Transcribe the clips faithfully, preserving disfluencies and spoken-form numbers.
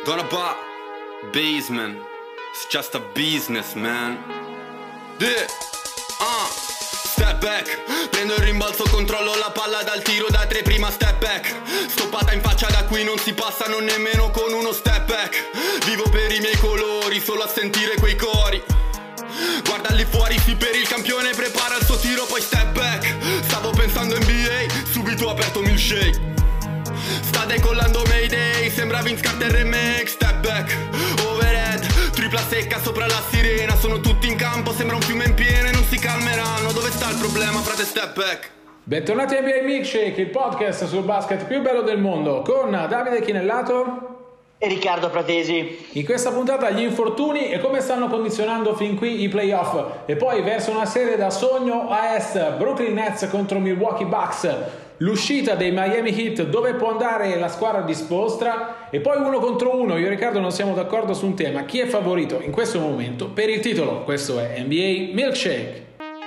Gonna buy basement. It's just a business, man. Yeah. Uh. Step back. Prendo il rimbalzo, controllo la palla dal tiro da tre, prima step back. Stoppata in faccia, da qui non si passa non nemmeno con uno step back. Vivo per i miei colori, solo a sentire quei cori. Guarda lì fuori, sì, per il campione, prepara il suo tiro, poi step back. Stavo pensando N B A, subito ho aperto milkshake. Sta decollando Mayday, sembra Vince Carter remake. Step back, overhead, tripla secca sopra la sirena. Sono tutti in campo, sembra un fiume in piena e non si calmeranno. Dove sta il problema, frate? Step back. Bentornati a N B A Milkshake, il podcast sul basket più bello del mondo, con Davide Chinellato e Riccardo Pratesi. In questa puntata gli infortuni e come stanno condizionando fin qui i playoff, e poi verso una serie da sogno a est, Brooklyn Nets contro Milwaukee Bucks, l'uscita dei Miami Heat, dove può andare la squadra di Spoelstra, e poi uno contro uno. Io e Riccardo non siamo d'accordo su un tema: chi è favorito in questo momento per il titolo. Questo è N B A Milkshake.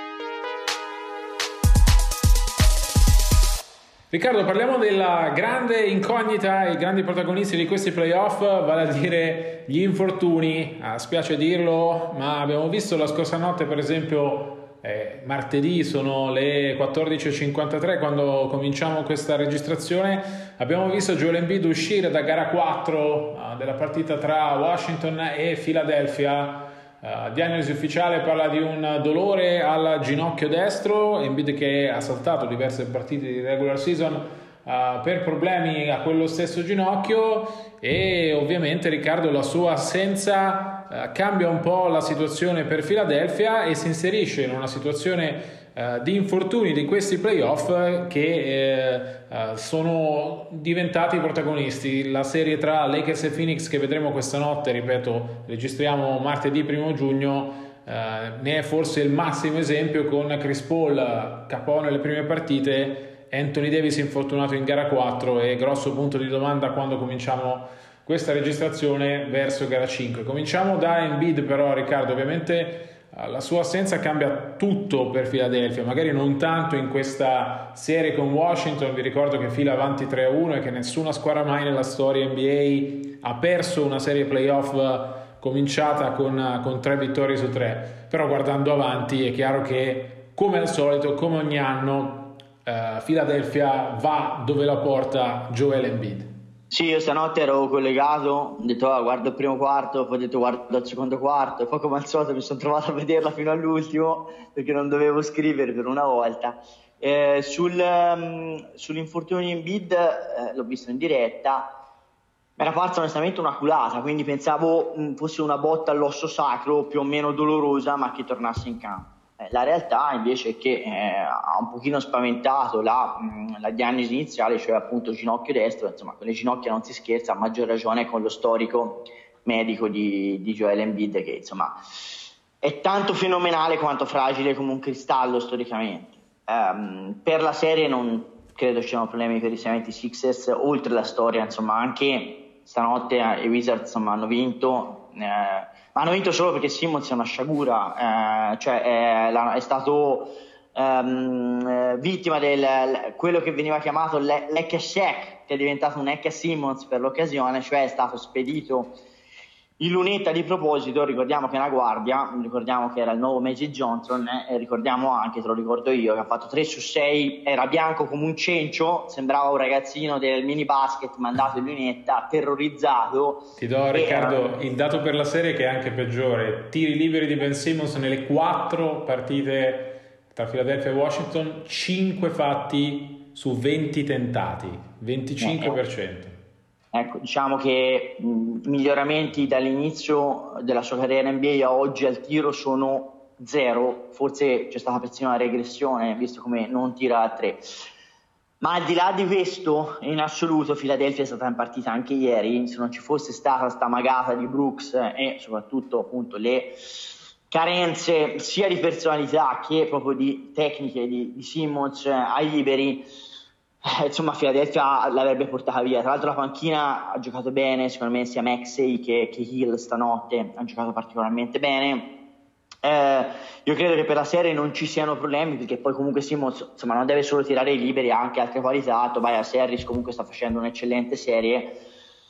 Riccardo, parliamo della grande incognita e i grandi protagonisti di questi playoff, vale a dire gli infortuni. Ah, spiace dirlo, ma abbiamo visto la scorsa notte, per esempio, eh, martedì, sono le quattordici e cinquantatré quando cominciamo questa registrazione, abbiamo visto Joel Embiid uscire da gara quattro ah, della partita tra Washington e Philadelphia. Uh, diagnosi ufficiale parla di un dolore al ginocchio destro. Embiid che ha saltato diverse partite di regular season uh, per problemi a quello stesso ginocchio, e ovviamente, Riccardo, la sua assenza uh, cambia un po' la situazione per Philadelphia e si inserisce in una situazione uh, di infortuni di questi playoff che uh, uh, sono diventati protagonisti. La serie tra Lakers e Phoenix, che vedremo questa notte, ripeto, registriamo martedì primo giugno, uh, ne è forse il massimo esempio, con Chris Paul capo nelle prime partite, Anthony Davis infortunato in gara quattro e grosso punto di domanda quando cominciamo questa registrazione verso gara cinque. Cominciamo da Embiid, però, Riccardo, ovviamente la sua assenza cambia tutto per Philadelphia, magari non tanto in questa serie con Washington. Vi ricordo che fila avanti tre a uno e che nessuna squadra mai nella storia N B A ha perso una serie playoff cominciata con, con tre vittorie su tre. Però guardando avanti è chiaro che, come al solito, come ogni anno, uh, Philadelphia va dove la porta Joel Embiid. Sì, io stanotte ero collegato, ho detto ah, guardo il primo quarto, poi ho detto guardo il secondo quarto, e poi come al solito mi sono trovato a vederla fino all'ultimo perché non dovevo scrivere per una volta. Eh, sul, um, sull'infortunio di Embiid eh, l'ho visto in diretta, mi era parsa onestamente una culata, quindi pensavo mh, fosse una botta all'osso sacro più o meno dolorosa, ma che tornasse in campo. Eh, la realtà invece è che eh, ha un pochino spaventato la, mh, la diagnosi iniziale, cioè appunto ginocchio destro. Insomma, con le ginocchia non si scherza, a maggior ragione con lo storico medico di, di Joel Embiid, che insomma è tanto fenomenale quanto fragile come un cristallo storicamente. Um, per la serie non credo ci siano problemi per i settantasei ers, oltre la storia, insomma anche stanotte eh, i Wizards insomma hanno vinto, eh, ma hanno vinto solo perché Simmons è una sciagura, eh, cioè è, è stato um, vittima del quello che veniva chiamato l'Ecke Shaq, che è diventato un Ecke Simmons per l'occasione, cioè è stato spedito in lunetta di proposito. Ricordiamo che è una guardia, ricordiamo che era il nuovo Magic Johnson, eh, e ricordiamo anche, te lo ricordo io, che ha fatto tre su sei, era bianco come un cencio, sembrava un ragazzino del mini basket mandato in lunetta, terrorizzato. Ti do, Riccardo, il dato per la serie che è anche peggiore: tiri liberi di Ben Simmons nelle quattro partite tra Philadelphia e Washington, cinque fatti su venti tentati, venticinque per cento. Ecco, diciamo che mh, miglioramenti dall'inizio della sua carriera N B A a oggi al tiro sono zero, forse c'è stata persino una regressione visto come non tira a tre. Ma al di là di questo, in assoluto Philadelphia è stata in partita anche ieri. Se non ci fosse stata sta magata di Brooks e soprattutto appunto le carenze sia di personalità che proprio di tecniche di, di Simmons ai liberi, Eh, insomma Philadelphia l'avrebbe portata via. Tra l'altro la panchina ha giocato bene, secondo me sia Maxey che, che Hill stanotte ha giocato particolarmente bene. Eh, io credo che per la serie non ci siano problemi, perché poi comunque Simmons insomma non deve solo tirare i liberi, ha anche altre qualità. Tobias Harris comunque sta facendo un'eccellente serie.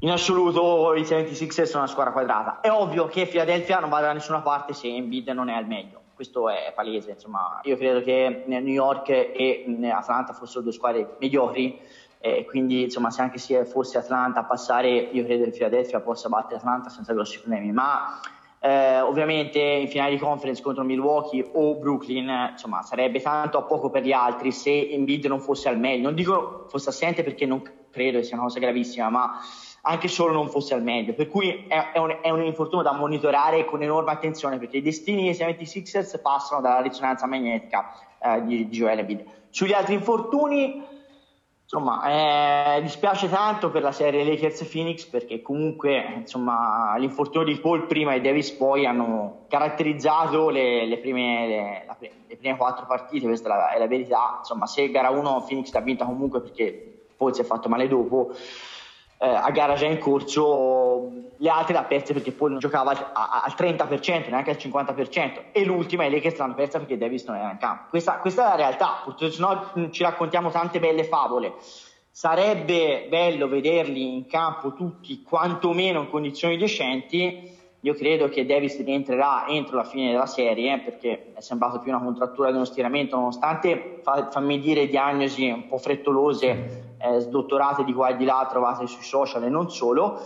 in assoluto i settantasei sono una squadra quadrata. È ovvio che Philadelphia non va da nessuna parte se Embiid non è al meglio, questo è palese, insomma. Io credo che New York e Atlanta fossero due squadre mediocri, eh, quindi insomma se anche se fosse Atlanta a passare, io credo che Philadelphia possa battere Atlanta senza grossi problemi, ma eh, ovviamente in finale di conference contro Milwaukee o Brooklyn, insomma, sarebbe tanto a poco per gli altri se Embiid non fosse al meglio. Non dico fosse assente perché non credo che sia una cosa gravissima, ma anche solo non fosse al meglio, per cui è, è, un, è un infortunio da monitorare con enorme attenzione, perché i destini dei settantasei passano dalla risonanza magnetica eh, di, di Joel Embiid. Sugli altri infortuni, insomma, eh, dispiace tanto per la serie Lakers-Phoenix, perché comunque insomma, l'infortunio di Paul prima e Davis poi hanno caratterizzato le, le, prime, le, la, le prime quattro partite, questa è la, è la verità. Insomma, se gara uno Phoenix l'ha vinta comunque perché Paul si è fatto male dopo, Eh, a gara già in corso le altre le ha perse perché poi non giocava al, a, al trenta per cento, neanche al cinquanta per cento, e l'ultima è lì che l'hanno persa perché Davis non era in campo. Questa, questa è la realtà, purtroppo, se no ci raccontiamo tante belle favole. Sarebbe bello vederli in campo tutti quantomeno in condizioni decenti. Io credo che Davis rientrerà entro la fine della serie, perché è sembrato più una contrattura di uno stiramento, nonostante fa, fammi dire diagnosi un po' frettolose, eh, sdottorate di qua e di là, trovate sui social e non solo,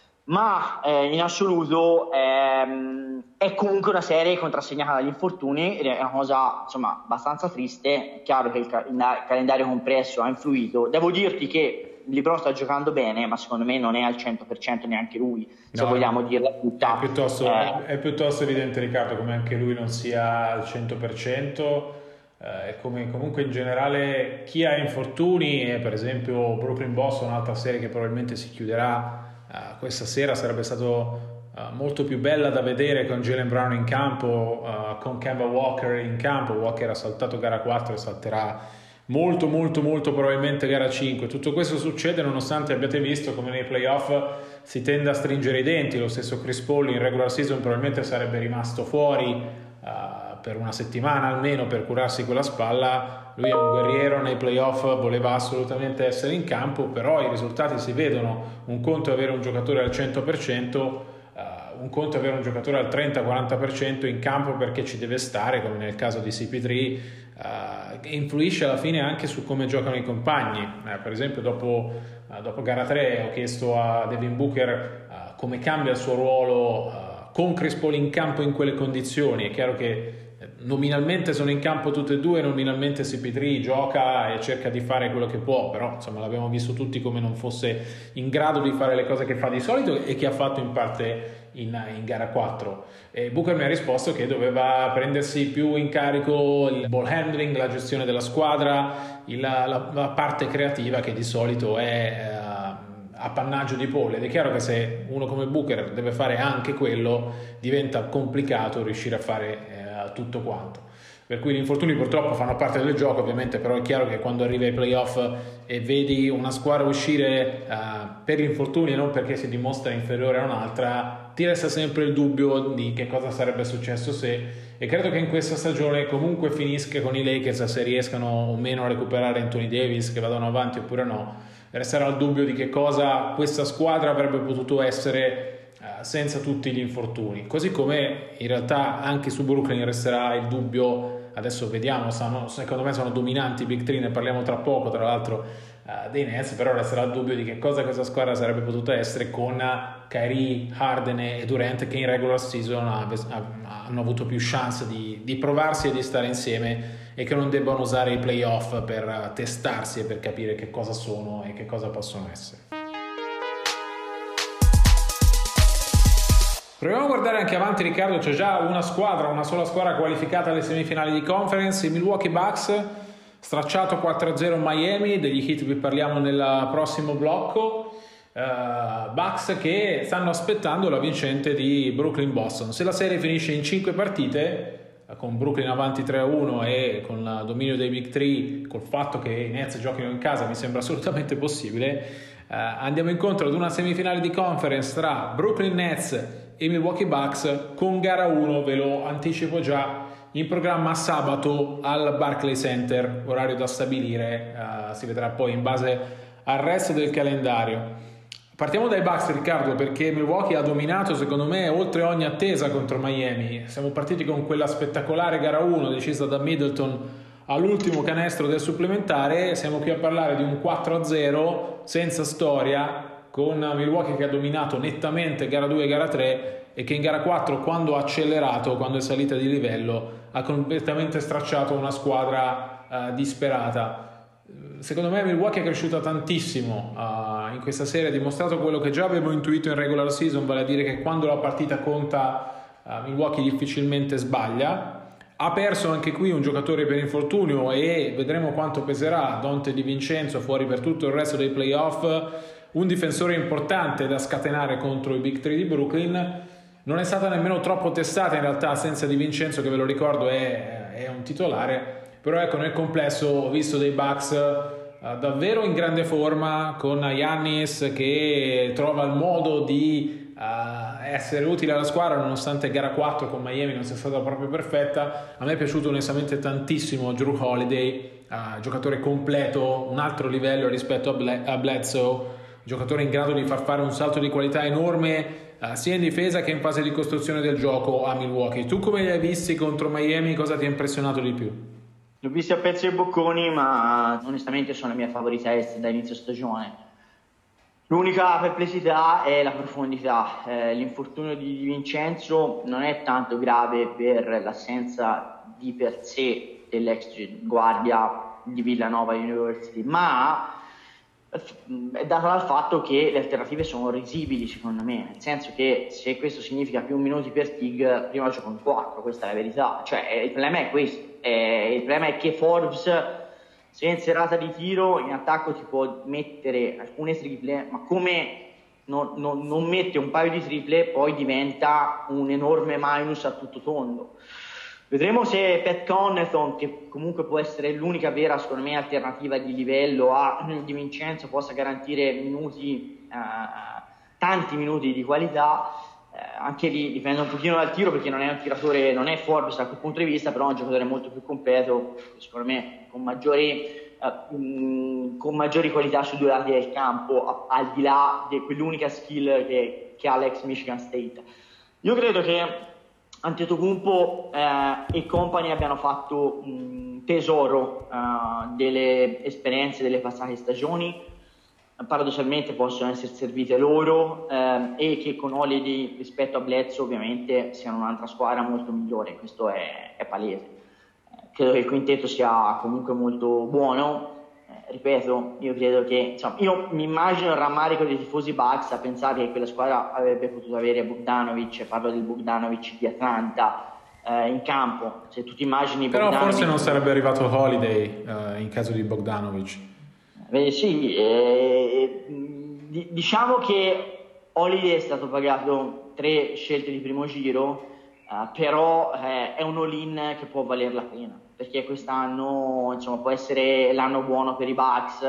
ma eh, in assoluto ehm, è comunque una serie contrassegnata dagli infortuni ed è una cosa insomma abbastanza triste. È chiaro che il, ca- il calendario compresso ha influito. Devo dirti che LeBron sta giocando bene, ma secondo me non è al cento per cento neanche lui, se no, vogliamo dirla tutta. È piuttosto, eh, è piuttosto evidente, Riccardo, come anche lui non sia al cento per cento, eh, come comunque in generale chi ha infortuni, e per esempio Brooklyn-Boston, un'altra serie che probabilmente si chiuderà uh, questa sera, sarebbe stato uh, molto più bella da vedere con Jaylen Brown in campo, uh, con Kemba Walker in campo. Walker ha saltato gara quattro e salterà molto molto molto probabilmente gara cinque. Tutto questo succede nonostante abbiate visto come nei playoff si tende a stringere i denti. Lo stesso Chris Paul in regular season probabilmente sarebbe rimasto fuori uh, per una settimana almeno per curarsi quella spalla. Lui è un guerriero, nei playoff voleva assolutamente essere in campo, però i risultati si vedono. Un conto è avere un giocatore al cento per cento, uh, un conto è avere un giocatore al trenta quaranta per cento in campo perché ci deve stare, come nel caso di C P tre. Uh, influisce alla fine anche su come giocano i compagni. Eh, per esempio dopo, uh, dopo gara tre ho chiesto a Devin Booker uh, come cambia il suo ruolo uh, con Chris Paul in campo in quelle condizioni. È chiaro che nominalmente sono in campo tutte e due, nominalmente C P tre gioca e cerca di fare quello che può, però insomma l'abbiamo visto tutti come non fosse in grado di fare le cose che fa di solito e che ha fatto in parte in, in gara quattro. E Booker mi ha risposto che doveva prendersi più in carico il ball handling, la gestione della squadra, il, la, la parte creativa che di solito è uh, appannaggio di Paul. Ed è chiaro che se uno come Booker deve fare anche quello, diventa complicato riuscire a fare uh, tutto quanto. Per cui gli infortuni purtroppo fanno parte del gioco, ovviamente, però è chiaro che quando arrivi ai playoff e vedi una squadra uscire uh, per gli infortuni e non perché si dimostra inferiore a un'altra, ti resta sempre il dubbio di che cosa sarebbe successo se, e credo che in questa stagione comunque finisca con i Lakers, se riescano o meno a recuperare Anthony Davis, che vadano avanti oppure no, resterà il dubbio di che cosa questa squadra avrebbe potuto essere senza tutti gli infortuni, così come in realtà anche su Brooklyn resterà il dubbio. Adesso vediamo, stanno, secondo me sono dominanti i Big Three, ne parliamo tra poco tra l'altro uh, dei Nets, però resterà il dubbio di che cosa questa squadra sarebbe potuta essere con Kyrie, Harden e Durant, che in regular season ha, ha, hanno avuto più chance di, di provarsi e di stare insieme, e che non debbano usare i playoff per testarsi e per capire che cosa sono e che cosa possono essere. Proviamo a guardare anche avanti, Riccardo. C'è già una squadra, una sola squadra qualificata alle semifinali di conference, i Milwaukee Bucks, stracciato quattro a zero Miami. Degli Heat vi parliamo nel prossimo blocco. uh, Bucks che stanno aspettando la vincente di Brooklyn-Boston. Se la serie finisce in cinque partite, con Brooklyn avanti tre a uno e con il dominio dei Big Three, col fatto che i Nets giochino in casa, mi sembra assolutamente possibile, uh, andiamo incontro ad una semifinale di conference tra Brooklyn Nets e Milwaukee Bucks, con gara uno, ve lo anticipo già, in programma sabato al Barclays Center, orario da stabilire, uh, si vedrà poi in base al resto del calendario. Partiamo dai Bucks, Riccardo, perché Milwaukee ha dominato secondo me oltre ogni attesa contro Miami. Siamo partiti con quella spettacolare gara uno decisa da Middleton all'ultimo canestro del supplementare. Siamo qui a parlare di un quattro a zero senza storia, con Milwaukee che ha dominato nettamente gara due e gara tre e che in gara quattro, quando ha accelerato, quando è salita di livello, ha completamente stracciato una squadra uh, disperata. Secondo me Milwaukee è cresciuta tantissimo uh, in questa serie, ha dimostrato quello che già avevo intuito in regular season, vale a dire che quando la partita conta uh, Milwaukee difficilmente sbaglia. Ha perso anche qui un giocatore per infortunio e vedremo quanto peserà Donte Di Vincenzo fuori per tutto il resto dei playoff, un difensore importante da scatenare contro i Big Three di Brooklyn. Non è stata nemmeno troppo testata in realtà senza Di Vincenzo, che ve lo ricordo è, è un titolare. Però ecco, nel complesso ho visto dei Bucks uh, davvero in grande forma, con Giannis che trova il modo di uh, essere utile alla squadra, nonostante gara quattro con Miami non sia stata proprio perfetta. A me è piaciuto onestamente tantissimo Jrue Holiday, uh, giocatore completo, un altro livello rispetto a, Ble- a Bledsoe, giocatore in grado di far fare un salto di qualità enorme uh, sia in difesa che in fase di costruzione del gioco a Milwaukee. Tu come li hai visti contro Miami? Cosa ti ha impressionato di più? Li ho visti a pezzi e bocconi, ma onestamente sono le mie favorite est da inizio stagione. L'unica perplessità è la profondità. Eh, l'infortunio di Di Vincenzo non è tanto grave per l'assenza di per sé dell'ex guardia di Villanova University, ma è dato dal fatto che le alternative sono risibili secondo me, nel senso che se questo significa più minuti per Tig, prima gioco in quattro, questa è la verità. Cioè il problema è questo. Eh, il problema è che Forbes, se in serata di tiro in attacco ti può mettere alcune triple, ma come non, non, non mette un paio di triple poi diventa un enorme minus a tutto tondo. Vedremo se Pat Connaughton, che comunque può essere l'unica vera secondo me alternativa di livello a Di Vincenzo, possa garantire minuti, eh, tanti minuti di qualità. Eh, anche lì dipende un pochino dal tiro, perché non è un tiratore, non è Forbes da quel punto di vista, però è un giocatore molto più completo, secondo me con maggiori, eh, mh, con maggiori qualità sui due lati del campo, a, al di là di quell'unica skill che, che ha l'ex Michigan State. Io credo che Antetokounmpo eh, e compagni abbiano fatto mh, tesoro eh, delle esperienze delle passate stagioni. Paradossalmente possono essere servite loro ehm, e che con Holiday rispetto a Bledsoe ovviamente siano un'altra squadra molto migliore, questo è, è palese. Eh, credo che il quintetto sia comunque molto buono, eh, ripeto, io credo che, insomma, io mi immagino il rammarico dei tifosi Bucks a pensare che quella squadra avrebbe potuto avere Bogdanovic, parlo del Bogdanovic di Atlanta, eh, in campo. Se tu ti immagini però Bogdanovic, forse non sarebbe arrivato Holiday eh, in caso di Bogdanovic. Eh, sì, eh, diciamo che Holiday è stato pagato tre scelte di primo giro, eh, però eh, è un all-in che può valer la pena, perché quest'anno insomma può essere l'anno buono per i Bucks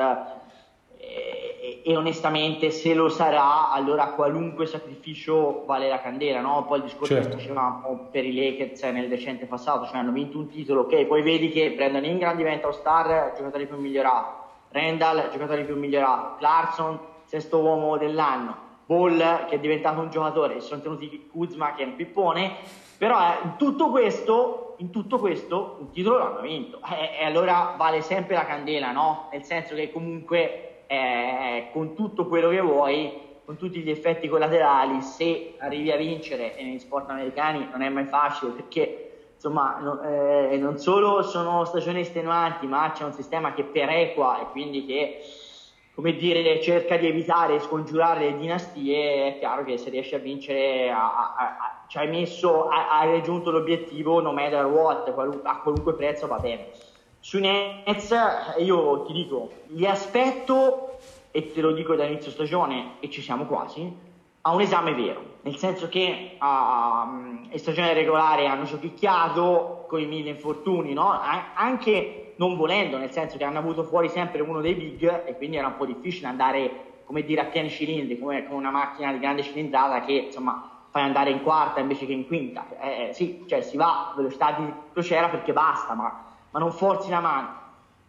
eh, e onestamente se lo sarà allora qualunque sacrificio vale la candela, no? Poi il discorso certo. che facevamo per i Lakers nel recente passato, cioè hanno vinto un titolo, ok, poi vedi che Brandon Ingram diventa un star, giocatore più migliorato, Randall, giocatore più migliorato, Clarkson, sesto uomo dell'anno, Ball che è diventato un giocatore, si sono tenuti Kuzma che è un pippone, però eh, in tutto questo, in tutto questo un titolo l'hanno vinto e eh, allora vale sempre la candela, no? Nel senso che comunque eh, con tutto quello che vuoi, con tutti gli effetti collaterali, se arrivi a vincere, e negli sport americani non è mai facile perché insomma, no, eh, non solo sono stagioni estenuanti, ma c'è un sistema che perequa e quindi che, come dire, cerca di evitare e scongiurare le dinastie. È chiaro che se riesci a vincere, a, a, a, ci hai messo, hai raggiunto l'obiettivo no matter what, qualun- a qualunque prezzo va bene. Sui Nets io ti dico, li aspetto, e te lo dico da inizio stagione, e ci siamo quasi, a un esame vero, nel senso che uh, in stagione regolare hanno giochicchiato con i mille infortuni, no? Anche non volendo, nel senso che hanno avuto fuori sempre uno dei big e quindi era un po' difficile andare, come dire, a pieni cilindri, come con una macchina di grande cilindrata che insomma fai andare in quarta invece che in quinta. Eh, sì, cioè si va a velocità di crociera perché basta, ma, ma non forzi la mano.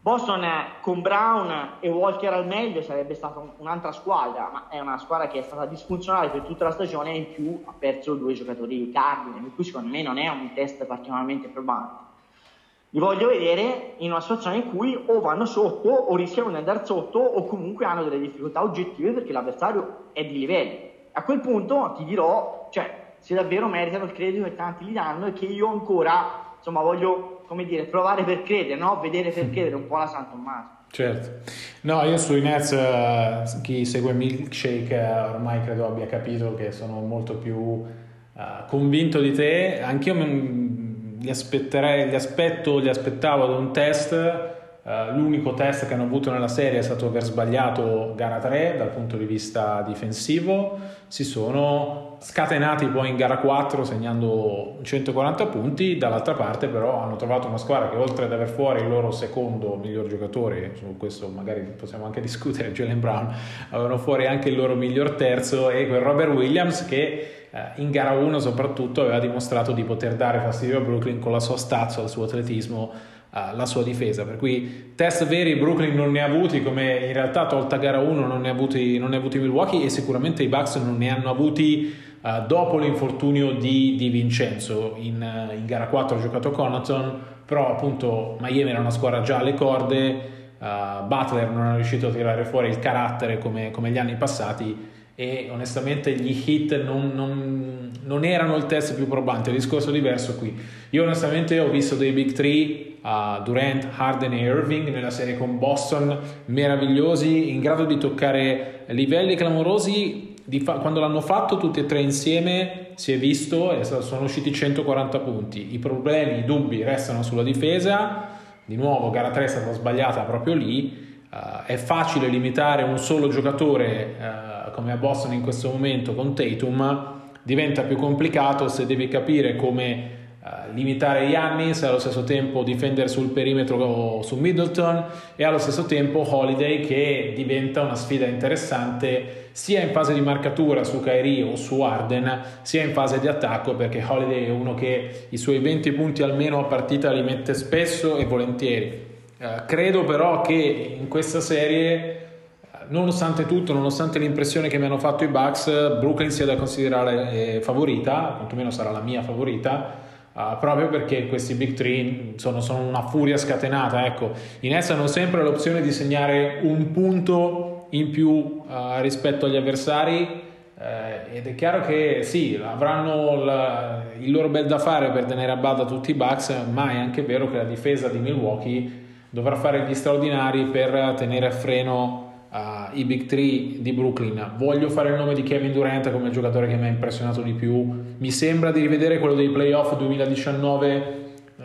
Boston con Brown e Walker al meglio sarebbe stata un'altra squadra, ma è una squadra che è stata disfunzionale per tutta la stagione e in più ha perso due giocatori cardine, per cui secondo me non è un test particolarmente probante. Li voglio vedere in una situazione in cui o vanno sotto o rischiano di andare sotto o comunque hanno delle difficoltà oggettive perché l'avversario è di livello. A quel punto ti dirò, cioè, se davvero meritano il credito che tanti gli danno e che io ancora, insomma, voglio, come dire, provare per credere, no? Vedere per credere, un po' la San Tommaso. Certo. No, io sui Nets, uh, chi segue Milkshake uh, ormai credo abbia capito che sono molto più uh, convinto di te. Anch'io mi Gli aspetterei, gli aspetto, gli aspettavo ad un test. Uh, l'unico test che hanno avuto nella serie è stato aver sbagliato gara tre dal punto di vista difensivo. Si sono scatenati poi in gara quattro segnando centoquaranta punti. Dall'altra parte però hanno trovato una squadra che, oltre ad aver fuori il loro secondo miglior giocatore, su questo magari possiamo anche discutere, Jaylen Brown, avevano fuori anche il loro miglior terzo, e quel Robert Williams che in gara uno soprattutto aveva dimostrato di poter dare fastidio a Brooklyn con la sua stazza, il suo atletismo, uh, la sua difesa. Per cui test veri Brooklyn non ne ha avuti, come in realtà tolta gara uno non ne ha avuti, non ne ha avuti Milwaukee, e sicuramente i Bucks non ne hanno avuti uh, dopo l'infortunio di, di Vincenzo. In, uh, in gara quattro ha giocato Connaughton, però appunto Miami era una squadra già alle corde, uh, Butler non è riuscito a tirare fuori il carattere come, come gli anni passati, e onestamente gli Heat non, non, non erano il test più probante. Il discorso è diverso qui. Io onestamente ho visto dei Big Three, uh, Durant, Harden e Irving nella serie con Boston, meravigliosi, in grado di toccare livelli clamorosi. Di fa- quando l'hanno fatto tutti e tre insieme si è visto e sono usciti centoquaranta punti. I problemi, i dubbi restano sulla difesa. Di nuovo gara tre è stata sbagliata proprio lì. Uh, è facile limitare un solo giocatore uh, come a Boston in questo momento con Tatum. Diventa più complicato se devi capire come uh, limitare Giannis e allo stesso tempo difendere sul perimetro su Middleton, e allo stesso tempo Holiday, che diventa una sfida interessante sia in fase di marcatura su Kyrie o su Harden, sia in fase di attacco, perché Holiday è uno che i suoi venti punti almeno a partita li mette spesso e volentieri. Uh, credo però che in questa serie, nonostante tutto, nonostante l'impressione che mi hanno fatto i Bucks, Brooklyn sia da considerare eh, favorita, quantomeno sarà la mia favorita, uh, proprio perché questi Big Three sono, sono una furia scatenata. Ecco, i Nets hanno sempre l'opzione di segnare un punto in più uh, rispetto agli avversari, eh, ed è chiaro che sì, avranno la, il loro bel da fare per tenere a bada tutti i Bucks, ma è anche vero che la difesa di Milwaukee dovrà fare gli straordinari per tenere a freno uh, i Big Three di Brooklyn. Voglio fare il nome di Kevin Durant come il giocatore che mi ha impressionato di più. Mi sembra di rivedere quello dei playoff duemiladiciannove. Uh,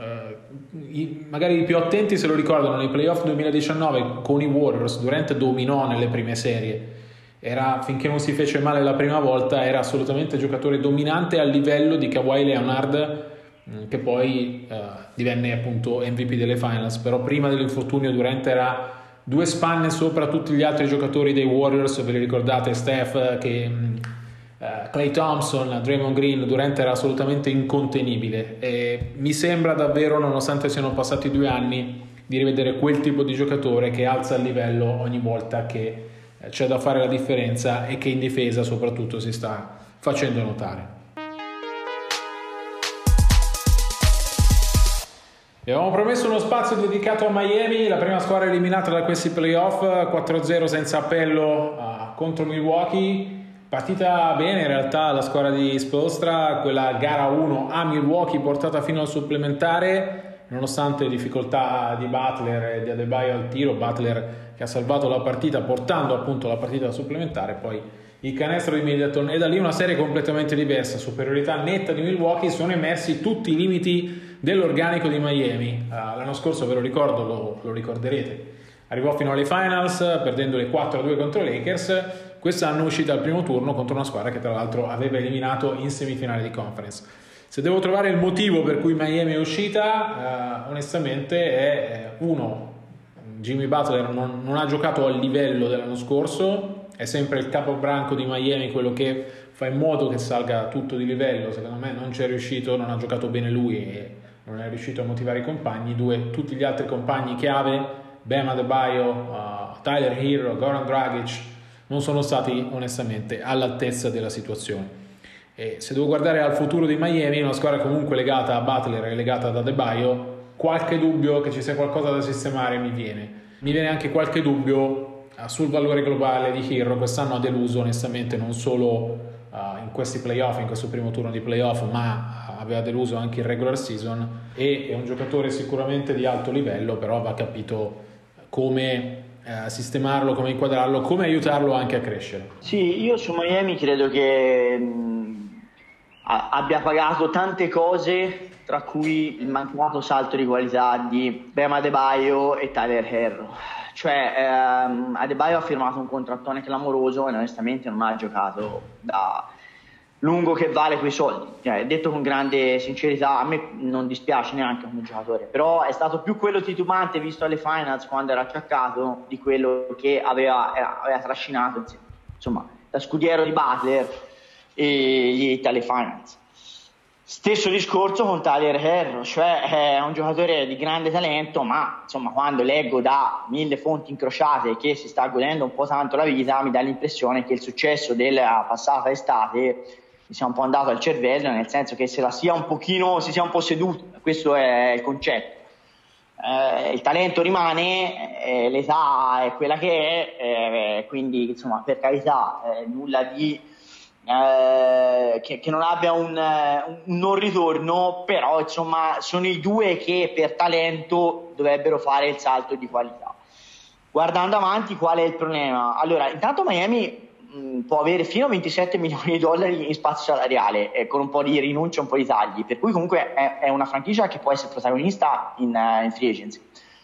i, magari i più attenti se lo ricordano, nei playoff duemiladiciannove con i Warriors Durant dominò nelle prime serie. Era, finché non si fece male la prima volta, era assolutamente giocatore dominante al livello di Kawhi Leonard, che poi uh, divenne appunto M V P delle finals. Però prima dell'infortunio Durant era due spanne sopra tutti gli altri giocatori dei Warriors. Ve li ricordate? Steph, che uh, Klay Thompson, Draymond Green. Durant era assolutamente incontenibile, e mi sembra davvero, nonostante siano passati due anni, di rivedere quel tipo di giocatore che alza il livello ogni volta che uh, c'è da fare la differenza, e che in difesa soprattutto si sta facendo notare. Vi avevamo promesso uno spazio dedicato a Miami, la prima squadra eliminata da questi playoff, quattro a zero senza appello uh, contro Milwaukee. Partita bene in realtà la squadra di Spoelstra, quella gara uno a Milwaukee portata fino al supplementare, nonostante le difficoltà di Butler e di Adebayo al tiro. Butler che ha salvato la partita portando appunto la partita al supplementare, poi il canestro di Middleton, e da lì una serie completamente diversa, superiorità netta di Milwaukee. Sono emersi tutti i limiti dell'organico di Miami. Uh, l'anno scorso, ve lo ricordo, lo, lo ricorderete, arrivò fino alle finals perdendo le quattro a due contro i Lakers. Quest'anno è uscita al primo turno contro una squadra che tra l'altro aveva eliminato in semifinale di conference. Se devo trovare il motivo per cui Miami è uscita, uh, onestamente è uno, Jimmy Butler non, non ha giocato al livello dell'anno scorso, è sempre il capobranco di Miami quello che fa in modo che salga tutto di livello. Secondo me non c'è riuscito, non ha giocato bene lui e non è riuscito a motivare i compagni. Due, tutti gli altri compagni chiave Bam Adebayo, uh, Tyler Hero, Goran Dragic non sono stati onestamente all'altezza della situazione. E se devo guardare al futuro di Miami, una squadra comunque legata a Butler e legata ad Adebayo, qualche dubbio che ci sia qualcosa da sistemare mi viene. Mi viene anche qualche dubbio uh, sul valore globale di Hero. Quest'anno ha deluso onestamente non solo uh, in questi playoff, in questo primo turno di playoff, ma aveva deluso anche in regular season, e è un giocatore sicuramente di alto livello, però va capito come uh, sistemarlo, come inquadrarlo, come aiutarlo anche a crescere. Sì, io su Miami credo che mh, abbia pagato tante cose, tra cui il mancato salto di qualità di Bam Adebayo e Tyler Herro. Cioè ehm, Adebayo ha firmato un contrattone clamoroso e onestamente non ha giocato da lungo che vale quei soldi. Cioè, detto con grande sincerità, a me non dispiace neanche come giocatore, però è stato più quello titubante visto alle finals quando era acciaccato di quello che aveva, aveva trascinato insomma da scudiero di Butler e gli Italy Finals. Stesso discorso con Tyler Herro, cioè è un giocatore di grande talento, ma insomma quando leggo da mille fonti incrociate che si sta godendo un po' tanto la vita, mi dà l'impressione che il successo della passata estate mi sia un po' andato al cervello, nel senso che se la sia un pochino, si sia un po' seduto, questo è il concetto. Eh, il talento rimane, eh, l'età è quella che è, eh, quindi insomma per carità eh, nulla di Eh, che, che non abbia un, un non ritorno, però insomma sono i due che per talento dovrebbero fare il salto di qualità. Guardando avanti, qual è il problema? Allora, intanto Miami mh, può avere fino a ventisette milioni di dollari in spazio salariale, eh, con un po' di rinunce, un po' di tagli, per cui comunque è, è una franchigia che può essere protagonista in, uh, in free agency.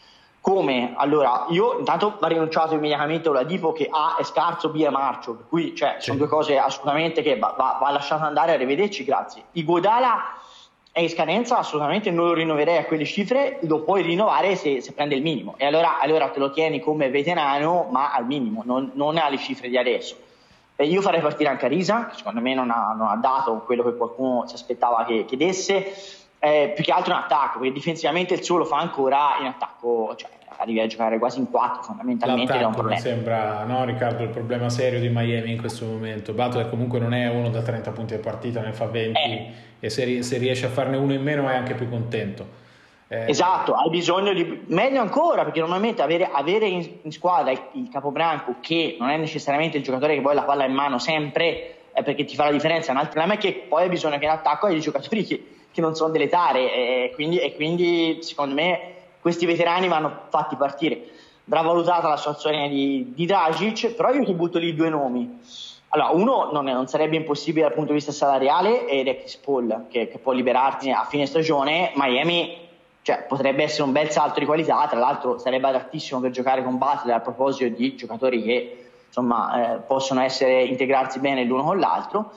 Come? Allora, io intanto ho rinunciato immediatamente a Oladipo, che A è scarso, B è marcio, per cui cioè, sì. Sono due cose assolutamente che va, va, va lasciato andare, arrivederci, grazie. Iguodala è in scadenza, assolutamente non lo rinnoverei a quelle cifre, lo puoi rinnovare se, se prende il minimo, e allora, allora te lo tieni come veterano, ma al minimo, non, non alle cifre di adesso. E io farei partire anche Arisa, che secondo me non ha, non ha dato quello che qualcuno si aspettava che, che desse. Eh, più che altro in attacco, perché difensivamente il suo lo fa ancora, in attacco cioè, arrivi a giocare quasi in quattro fondamentalmente. Ed è un problema. Mi sembra, no Riccardo, il problema serio di Miami in questo momento. Butler comunque non è uno da trenta punti a partita, ne fa venti, eh. e se, se riesce a farne uno in meno è anche più contento. Eh. Esatto, hai bisogno di meglio ancora, perché normalmente avere, avere in, in squadra il, il capobranco, che non è necessariamente il giocatore che vuole la palla in mano sempre, è perché ti fa la differenza. Un altro problema è che poi hai bisogno che in attacco hai dei giocatori che che non sono deletare, e quindi, e quindi secondo me questi veterani vanno fatti partire. Andrà valutata la situazione di, di Dragic, però io ti butto lì due nomi. Allora, uno non, è, non sarebbe impossibile dal punto di vista salariale, ed è Chris Paul, che, che può liberarti a fine stagione. Miami cioè, potrebbe essere un bel salto di qualità, tra l'altro sarebbe adattissimo per giocare con Butler, a proposito di giocatori che insomma eh, possono essere integrarsi bene l'uno con l'altro.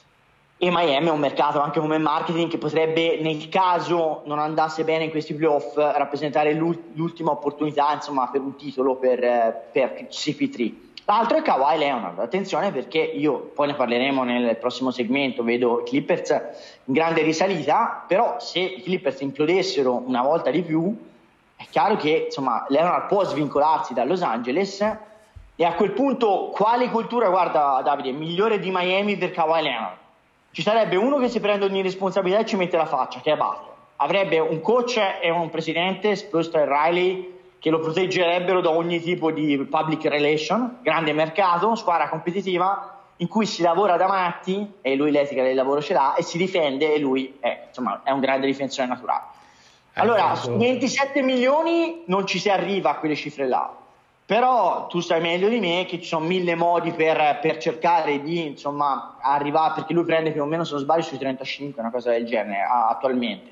E Miami è un mercato anche come marketing che potrebbe, nel caso non andasse bene in questi playoff, rappresentare l'ultima opportunità insomma per un titolo per, per C P tre. L'altro è Kawhi Leonard. Attenzione, perché io poi ne parleremo nel prossimo segmento, vedo i Clippers in grande risalita, però se i Clippers implodessero una volta di più è chiaro che insomma Leonard può svincolarsi da Los Angeles, e a quel punto quale cultura, guarda Davide, migliore di Miami per Kawhi Leonard? Ci sarebbe uno che si prende ogni responsabilità e ci mette la faccia, che è Butler. Avrebbe un coach e un presidente, Spoelstra e Riley, che lo proteggerebbero da ogni tipo di public relation, grande mercato, squadra competitiva, in cui si lavora da matti, e lui l'etica del lavoro ce l'ha, e si difende, e lui è, insomma, è un grande difensore naturale. Allora, su ventisette milioni non ci si arriva a quelle cifre là. Però tu sai meglio di me che ci sono mille modi per, per cercare di insomma arrivare, perché lui prende più o meno, se non sbaglio, sui trentacinque, una cosa del genere attualmente.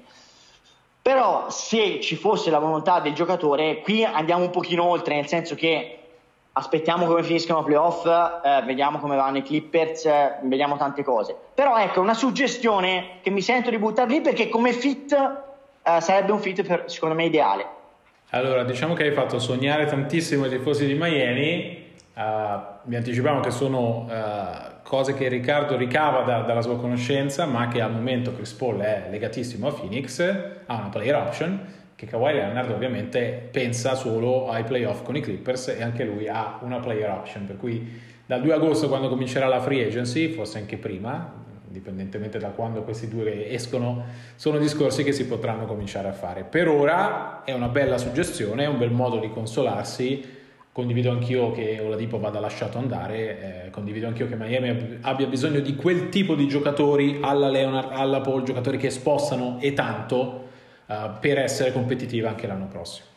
Però se ci fosse la volontà del giocatore, qui andiamo un pochino oltre, nel senso che aspettiamo come finiscono i playoff, eh, vediamo come vanno i Clippers, eh, vediamo tante cose. Però ecco, una suggestione che mi sento di buttare lì, perché come fit eh, sarebbe un fit per, secondo me ideale. Allora, diciamo che hai fatto sognare tantissimo i tifosi di Miami. Uh, vi anticipiamo che sono uh, cose che Riccardo ricava da, dalla sua conoscenza, ma che al momento Chris Paul è legatissimo a Phoenix, ha una player option, che Kawhi Leonard ovviamente pensa solo ai playoff con i Clippers e anche lui ha una player option, per cui dal due agosto, quando comincerà la free agency, forse anche prima, indipendentemente da quando questi due escono, sono discorsi che si potranno cominciare a fare. Per ora è una bella suggestione, è un bel modo di consolarsi. Condivido anch'io che Oladipo vada lasciato andare, eh, condivido anch'io che Miami abbia bisogno di quel tipo di giocatori alla Leonard, alla Paul, giocatori che spostano e tanto uh, per essere competitiva anche l'anno prossimo.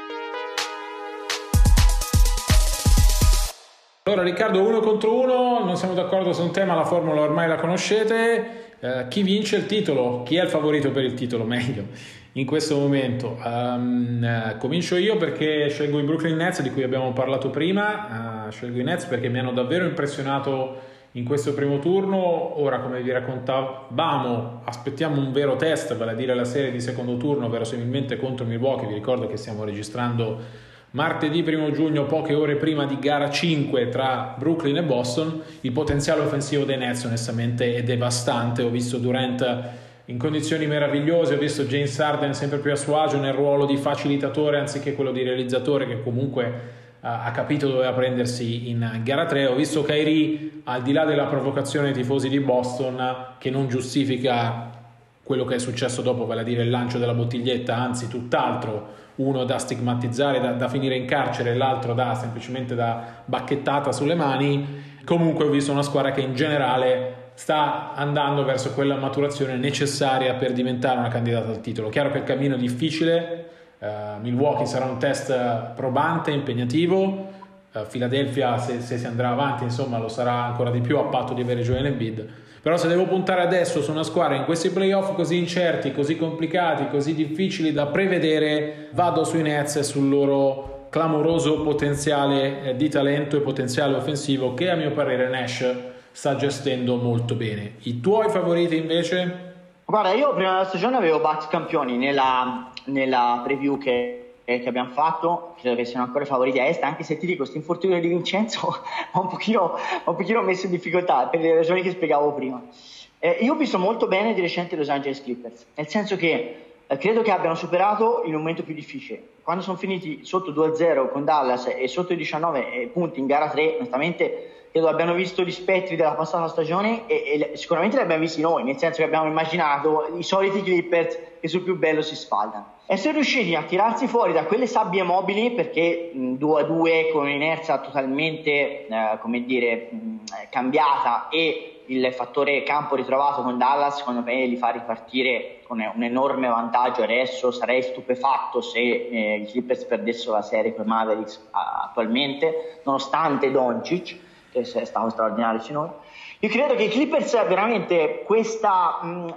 Allora Riccardo, uno contro uno, non siamo d'accordo su un tema, la formula ormai la conoscete. Uh, chi vince il titolo? Chi è il favorito per il titolo? Meglio, in questo momento. Um, uh, comincio io perché scelgo i Brooklyn Nets, di cui abbiamo parlato prima. Uh, scelgo i Nets perché mi hanno davvero impressionato in questo primo turno. Ora, come vi raccontavamo, aspettiamo un vero test, vale a dire la serie di secondo turno, verosimilmente contro Milwaukee. Vi ricordo che stiamo registrando martedì primo giugno, poche ore prima di gara cinque tra Brooklyn e Boston. Il potenziale offensivo dei Nets onestamente è devastante. Ho visto Durant in condizioni meravigliose, ho visto James Harden sempre più a suo agio nel ruolo di facilitatore anziché quello di realizzatore, che comunque uh, ha capito dove doveva prendersi in gara tre. Ho visto Kyrie, al di là della provocazione dei tifosi di Boston, che non giustifica quello che è successo dopo, vale a dire il lancio della bottiglietta, anzi tutt'altro, uno da stigmatizzare, da, da finire in carcere, e l'altro da semplicemente da bacchettata sulle mani. Comunque ho visto una squadra che in generale sta andando verso quella maturazione necessaria per diventare una candidata al titolo. Chiaro che il cammino è difficile, uh, Milwaukee sarà un test probante, impegnativo, uh, Philadelphia se, se si andrà avanti insomma lo sarà ancora di più a patto di avere Joel Embiid. Però se devo puntare adesso su una squadra in questi playoff così incerti, così complicati, così difficili da prevedere, vado sui Nets e sul loro clamoroso potenziale di talento e potenziale offensivo che a mio parere Nash sta gestendo molto bene. I tuoi favoriti invece? Guarda, io prima della stagione avevo Bucks campioni nella, nella preview che, che abbiamo fatto, credo che siano ancora i favoriti a est, anche se ti dico, questo infortunio di Vincenzo ha un pochino, un pochino messo in difficoltà per le ragioni che spiegavo prima. Eh, io ho visto molto bene di recente Los Angeles Clippers, nel senso che eh, credo che abbiano superato il momento più difficile. Quando sono finiti sotto due a zero con Dallas e sotto i diciannove punti in gara tre, onestamente credo abbiano visto gli spettri della passata stagione e, e sicuramente li abbiamo visti noi, nel senso che abbiamo immaginato i soliti Clippers che sul più bello si sfaldano. Essere riusciti a tirarsi fuori da quelle sabbie mobili, perché mh, due a due con un'inerzia totalmente eh, come dire mh, cambiata, e il fattore campo ritrovato con Dallas secondo me li fa ripartire con un enorme vantaggio. Adesso sarei stupefatto se eh, i Clippers perdessero la serie con i Mavericks a, attualmente, nonostante Doncic che è stato straordinario finora. Io credo che i Clippers veramente questa mh,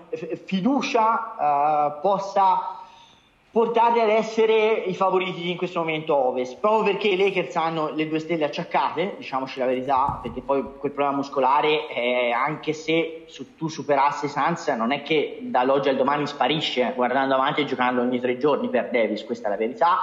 fiducia uh, possa portarli ad essere i favoriti in questo momento a Ovest, proprio perché i Lakers hanno le due stelle acciaccate, diciamoci la verità, perché poi quel problema muscolare, eh, anche se su, tu superassi Suns, non è che dall'oggi al domani sparisce guardando avanti e giocando ogni tre giorni per Davis, questa è la verità.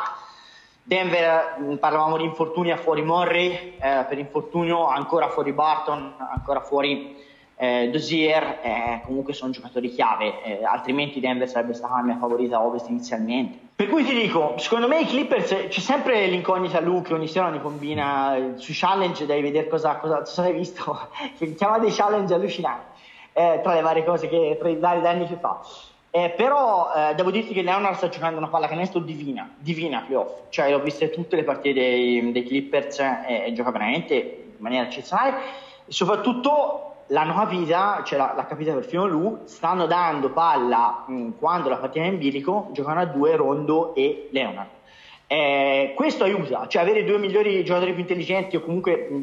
Denver, parlavamo di infortuni a fuori Murray, eh, per infortunio ancora fuori Barton, ancora fuori eh, Dozier, eh, comunque sono giocatori chiave, eh, altrimenti Denver sarebbe stata la mia favorita a Ovest inizialmente. Per cui ti dico, secondo me i Clippers, c'è sempre l'incognita Lu che ogni sera ne combina sui challenge, devi vedere cosa, cosa, cosa hai visto, che chiama dei challenge allucinanti, eh, tra le varie cose che, tra i vari danni che fa. Eh, però eh, devo dirti che Leonard sta giocando una pallacanestro divina, divina playoff, cioè l'ho viste tutte le partite dei, dei Clippers eh, e gioca veramente in maniera eccezionale, e soprattutto l'hanno capita, cioè l'ha, l'ha capita perfino lui, stanno dando palla mh, quando la partita è in bilico, giocano a due Rondo e Leonard. Eh, questo aiuta, cioè avere due migliori giocatori più intelligenti o comunque mh,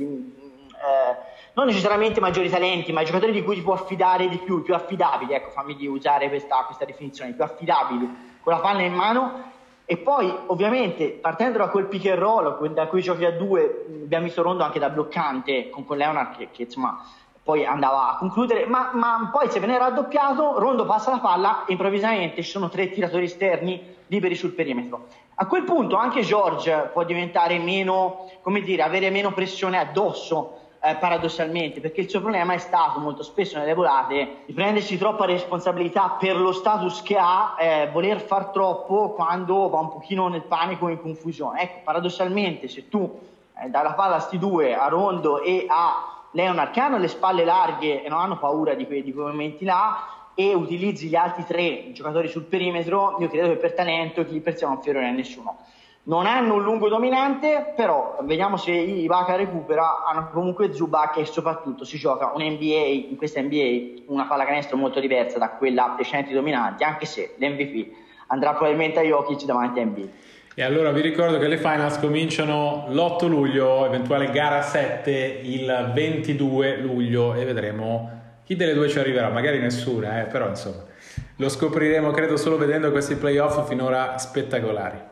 eh, non necessariamente maggiori talenti, ma giocatori di cui ti può affidare di più, più affidabili, ecco, fammi di usare questa, questa definizione, più affidabili, con la palla in mano. E poi ovviamente partendo da quel pick and roll da cui giochi a due, abbiamo visto Rondo anche da bloccante con, con Leonard che, che insomma poi andava a concludere, ma, ma poi se viene raddoppiato Rondo passa la palla e improvvisamente ci sono tre tiratori esterni liberi sul perimetro. A quel punto anche George può diventare meno, come dire, avere meno pressione addosso, eh, paradossalmente, perché il suo problema è stato molto spesso nelle volate di prendersi troppa responsabilità per lo status che ha, eh, voler far troppo quando va un pochino nel panico e in confusione. Ecco, paradossalmente se tu eh, dai la palla a sti due, a Rondo e a Leonard, che hanno le spalle larghe e non hanno paura di quei, di quei momenti là, e utilizzi gli altri tre giocatori sul perimetro, io credo che per talento i Clippers siano inferiori a nessuno. Non hanno un lungo dominante, però vediamo se Ibaka recupera. Hanno comunque Zubac, e soprattutto si gioca un N B A, in questa N B A una pallacanestro molto diversa da quella dei centri dominanti, anche se l'M V P andrà probabilmente a Jokic davanti a Embiid. E allora vi ricordo che le finals cominciano l'otto luglio, eventuale gara sette il ventidue luglio, e vedremo chi delle due ci arriverà, magari nessuna, eh, però insomma lo scopriremo credo solo vedendo questi playoff finora spettacolari.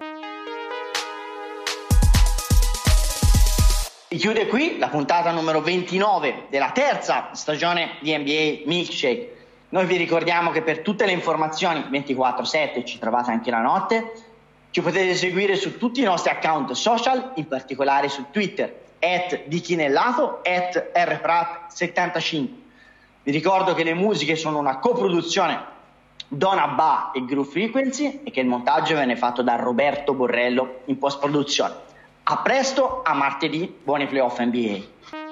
Si chiude qui la puntata numero ventinove della terza stagione di N B A Milkshake. Noi vi ricordiamo che per tutte le informazioni ventiquattro sette ci trovate anche la notte. Ci potete seguire su tutti i nostri account social, in particolare su Twitter, at dichinellato, at rprat settantacinque. Vi ricordo che le musiche sono una coproduzione Dona Ba e Groove Frequency e che il montaggio venne fatto da Roberto Borrello in post-produzione. A presto, a martedì, buoni playoff N B A.